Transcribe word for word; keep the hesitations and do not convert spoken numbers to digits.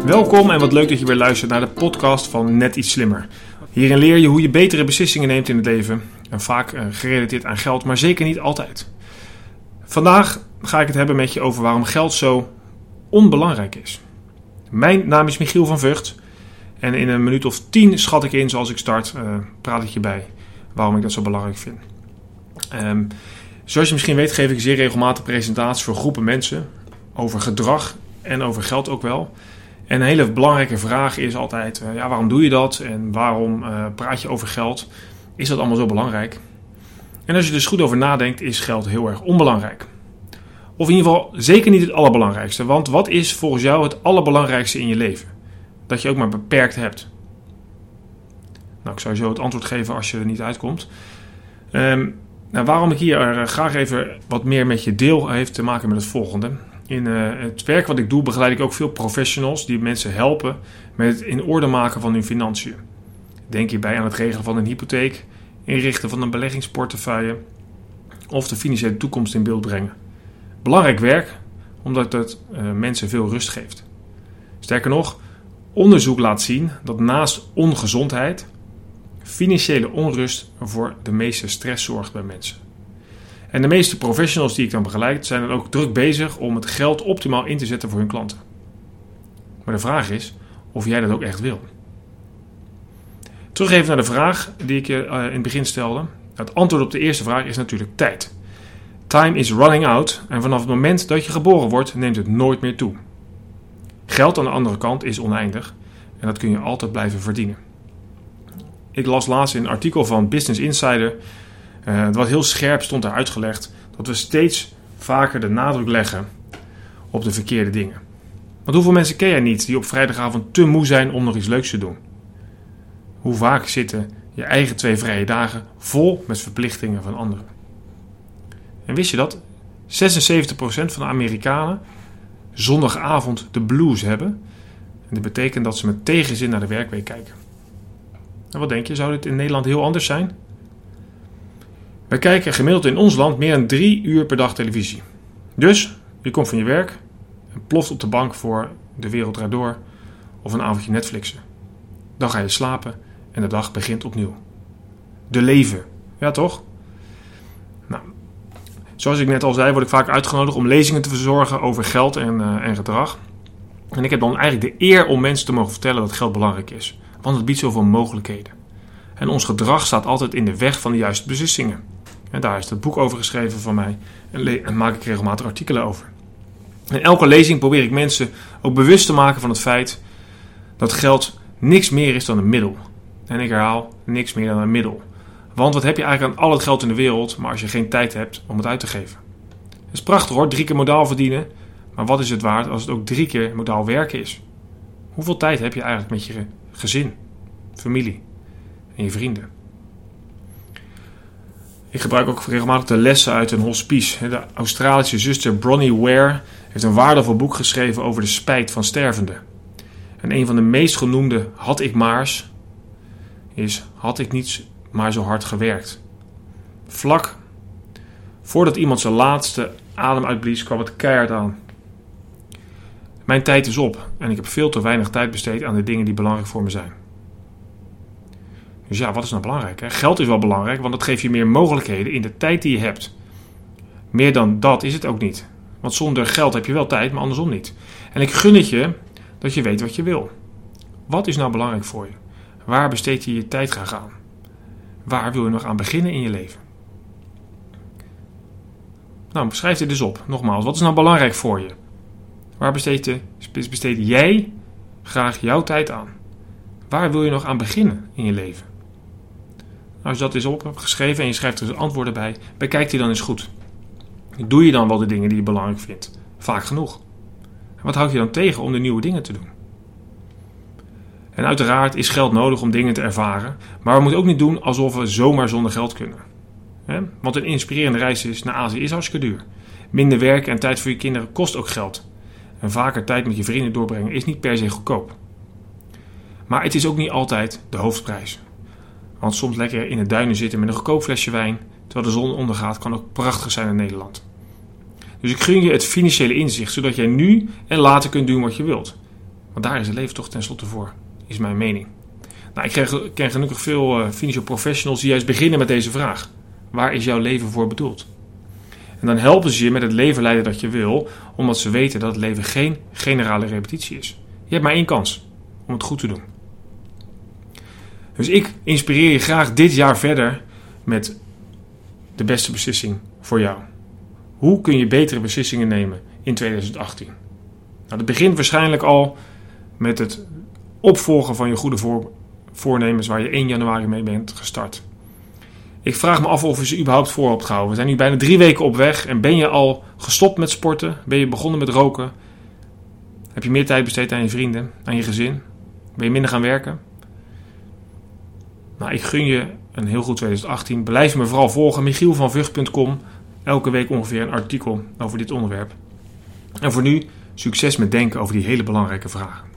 Welkom en wat leuk dat je weer luistert naar de podcast van Net Iets Slimmer. Hierin leer je hoe je betere beslissingen neemt in het leven. En vaak uh, gerelateerd aan geld, maar zeker niet altijd. Vandaag ga ik het hebben met je over waarom geld zo onbelangrijk is. Mijn naam is Michiel van Vught. En in een minuut of tien schat ik in, zoals ik start, uh, praat ik je bij waarom ik dat zo belangrijk vind. Um, zoals je misschien weet geef ik zeer regelmatig presentaties voor groepen mensen. Over gedrag en over geld ook wel. En een hele belangrijke vraag is altijd, uh, ja, waarom doe je dat? En waarom uh, praat je over geld? Is dat allemaal zo belangrijk? En als je er dus goed over nadenkt, is geld heel erg onbelangrijk. Of in ieder geval zeker niet het allerbelangrijkste. Want wat is volgens jou het allerbelangrijkste in je leven? Dat je ook maar beperkt hebt. Nou, ik zou je zo het antwoord geven als je er niet uitkomt. Um, nou, waarom ik hier uh, graag even wat meer met je deel, heeft te maken met het volgende. In uh, het werk wat ik doe begeleid ik ook veel professionals die mensen helpen met het in orde maken van hun financiën. Denk hierbij aan het regelen van een hypotheek, inrichten van een beleggingsportefeuille of de financiële toekomst in beeld brengen. Belangrijk werk, omdat het uh, mensen veel rust geeft. Sterker nog, onderzoek laat zien dat naast ongezondheid financiële onrust voor de meeste stress zorgt bij mensen. En de meeste professionals die ik dan begeleid zijn dan ook druk bezig om het geld optimaal in te zetten voor hun klanten. Maar de vraag is of jij dat ook echt wil. Terug even naar de vraag die ik je uh, in het begin stelde. Het antwoord op de eerste vraag is natuurlijk tijd. Time is running out en vanaf het moment dat je geboren wordt neemt het nooit meer toe. Geld aan de andere kant is oneindig en dat kun je altijd blijven verdienen. Ik las laatst in een artikel van Business Insider, uh, wat heel scherp stond daar uitgelegd, dat we steeds vaker de nadruk leggen op de verkeerde dingen. Want hoeveel mensen ken jij niet die op vrijdagavond te moe zijn om nog iets leuks te doen? Hoe vaak zitten je eigen twee vrije dagen vol met verplichtingen van anderen? En wist je dat zesenzeventig procent van de Amerikanen zondagavond de blues hebben? En dat betekent dat ze met tegenzin naar de werkweek kijken. En wat denk je, zou dit in Nederland heel anders zijn? Wij kijken gemiddeld in ons land meer dan drie uur per dag televisie. Dus, je komt van je werk en ploft op de bank voor De Wereld Draait Door of een avondje Netflixen. Dan ga je slapen en de dag begint opnieuw. De leven, ja toch? Nou, zoals ik net al zei, word ik vaak uitgenodigd om lezingen te verzorgen over geld en, uh, en gedrag. En ik heb dan eigenlijk de eer om mensen te mogen vertellen dat geld belangrijk is. Want het biedt zoveel mogelijkheden. En ons gedrag staat altijd in de weg van de juiste beslissingen. En daar is het boek over geschreven van mij. En, le- en maak ik regelmatig artikelen over. In elke lezing probeer ik mensen ook bewust te maken van het feit dat geld niks meer is dan een middel. En ik herhaal, niks meer dan een middel. Want wat heb je eigenlijk aan al het geld in de wereld, maar als je geen tijd hebt om het uit te geven? Het is prachtig hoor, drie keer modaal verdienen. Maar wat is het waard als het ook drie keer modaal werken is? Hoeveel tijd heb je eigenlijk met je gezin, familie en je vrienden? Ik gebruik ook regelmatig de lessen uit een hospice. De Australische zuster Bronnie Ware heeft een waardevol boek geschreven over de spijt van stervenden. En een van de meest genoemde had ik maars is had ik niet maar zo hard gewerkt. Vlak voordat iemand zijn laatste adem uitblies kwam het keihard aan. Mijn tijd is op en ik heb veel te weinig tijd besteed aan de dingen die belangrijk voor me zijn. Dus ja, wat is nou belangrijk? Hè? Geld is wel belangrijk, want dat geeft je meer mogelijkheden in de tijd die je hebt. Meer dan dat is het ook niet. Want zonder geld heb je wel tijd, maar andersom niet. En ik gun het je dat je weet wat je wil. Wat is nou belangrijk voor je? Waar besteed je je tijd graag aan? Waar wil je nog aan beginnen in je leven? Nou, schrijf dit dus op. Nogmaals, wat is nou belangrijk voor je? Waar besteed, je, besteed jij graag jouw tijd aan? Waar wil je nog aan beginnen in je leven? Als je dat eens op hebt geschreven en je schrijft er antwoorden bij, bekijk die dan eens goed. Doe je dan wel de dingen die je belangrijk vindt? Vaak genoeg. En wat houdt je dan tegen om de nieuwe dingen te doen? En uiteraard is geld nodig om dingen te ervaren, maar we moeten ook niet doen alsof we zomaar zonder geld kunnen. Want een inspirerende reis is naar Azië is hartstikke duur. Minder werk en tijd voor je kinderen kost ook geld. En vaker tijd met je vrienden doorbrengen is niet per se goedkoop. Maar het is ook niet altijd de hoofdprijs. Want soms lekker in de duinen zitten met een goedkoop flesje wijn, terwijl de zon ondergaat, kan ook prachtig zijn in Nederland. Dus ik gun je het financiële inzicht, zodat jij nu en later kunt doen wat je wilt. Want daar is het leven toch tenslotte voor, is mijn mening. Nou, ik ken gelukkig veel uh, financial professionals die juist beginnen met deze vraag. Waar is jouw leven voor bedoeld? En dan helpen ze je met het leven leiden dat je wil, omdat ze weten dat het leven geen generale repetitie is. Je hebt maar één kans om het goed te doen. Dus ik inspireer je graag dit jaar verder met de beste beslissing voor jou. Hoe kun je betere beslissingen nemen in twintig achttien? Nou, dat begint waarschijnlijk al met het opvolgen van je goede voor, voornemens waar je één januari mee bent gestart. Ik vraag me af of je ze überhaupt voor hebt gehouden. We zijn nu bijna drie weken op weg en ben je al gestopt met sporten? Ben je begonnen met roken? Heb je meer tijd besteed aan je vrienden, aan je gezin? Ben je minder gaan werken? Nou, ik gun je een heel goed twintig achttien. Blijf me vooral volgen. michiel van vught punt com. Elke week ongeveer een artikel over dit onderwerp. En voor nu, succes met denken over die hele belangrijke vragen.